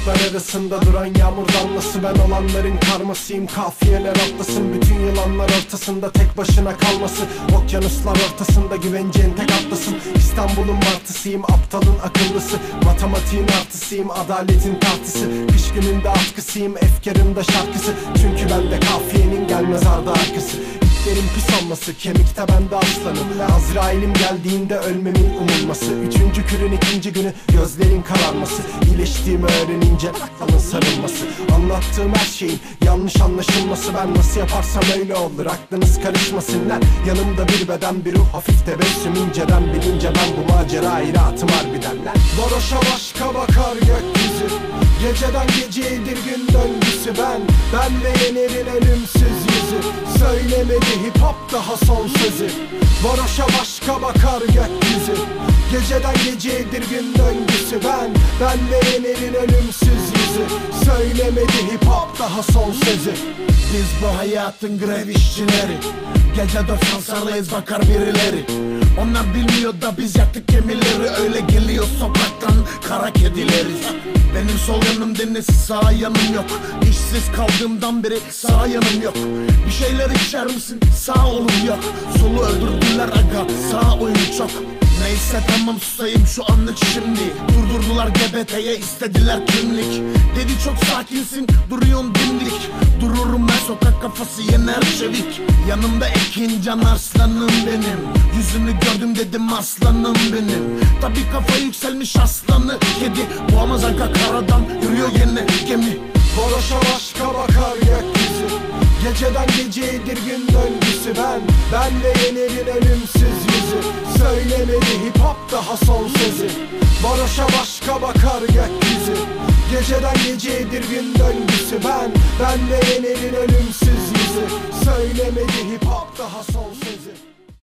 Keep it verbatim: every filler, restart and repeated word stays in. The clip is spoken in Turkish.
bulutlar arasında duran yağmur damlası. Ben olanların karmasıyım, kafiyeler atlasın. Bütün yılanlar ortasında tek başına kalması. Okyanuslar ortasında güveneceğin tek atlasın. İstanbul'un martısıyım, aptalın akıllısı. Matematiğin artısıyım, adaletin tartısı. Kış gününde atkısıyım, efkarında şarkısı. Çünkü bende kafiyenin gelmez ardı arkası. İtlerin pis olması, kemikte bende aslanım. Azrail'im geldiğinde ölmemin umulması. Üçüncü kürün ikinci günü gözlerin kararması. İyileştiğimi öğrenince alın sarılması. Anlattığım her şeyin yanlış anlaşılması. Ben nasıl yaparsam öyle olur, aklınız karışmasınlar. Yanımda bir beden bir ruh, hafif tebessüm inceden. Bilince ben bu macerayı rahatım harbidenler. Varoşa başka bakar gökyüzü. Geceden geceydir gün döngüsü ben. Benle yenerin ölümsüz yüzü. Söylemedi hip hop daha son sözü. Varoşa başka bakar gökyüzü. Geceden geceydir gün döngüsü ben. Benle yenerin ölümsüz yüzü. Söylemedi hip hop daha son sözü. Biz bu hayatın grev işçileri. Gece dört sarıyız bakar birileri. Onlar bilmiyor da biz yaktık gemileri. Öyle geliyor sokaktan kara kedileriz. Benim sol yanım deniz, sağ yanım yok. İşsiz kaldığımdan beri sağ yanım yok. Bir şeyler içer misin? Sağ olum yok. Solu öldürdüler aga, sağ oyun çok. Neyse tamam susayım şu anlık şimdi. Durdurdular G B T'ye, istediler kimlik. Dedi çok sakinsin, duruyorsun dimdik. Dururum ben, sokak kafası yener çevik. Yanımda Ekin Can Arslanım benim. Yüzünü gördüm dedim aslanım benim. Tabi kafa yükselmiş aslanı kedi. Boğamaz aga karadan yürüyor yine gemi. Varoşa başka bakar gökyüzü. Geceden geceydir gün döngüsü ben. Benle yenerin ölümsüz yüzü. Söylemedi hip hop daha son sözü. Varoşa başka bakar gökyüzü. Geceden geceydir gün döngüsü ben. Benle yenerin ölümsüz yüzü. Söylemedi hip hop daha son sözü.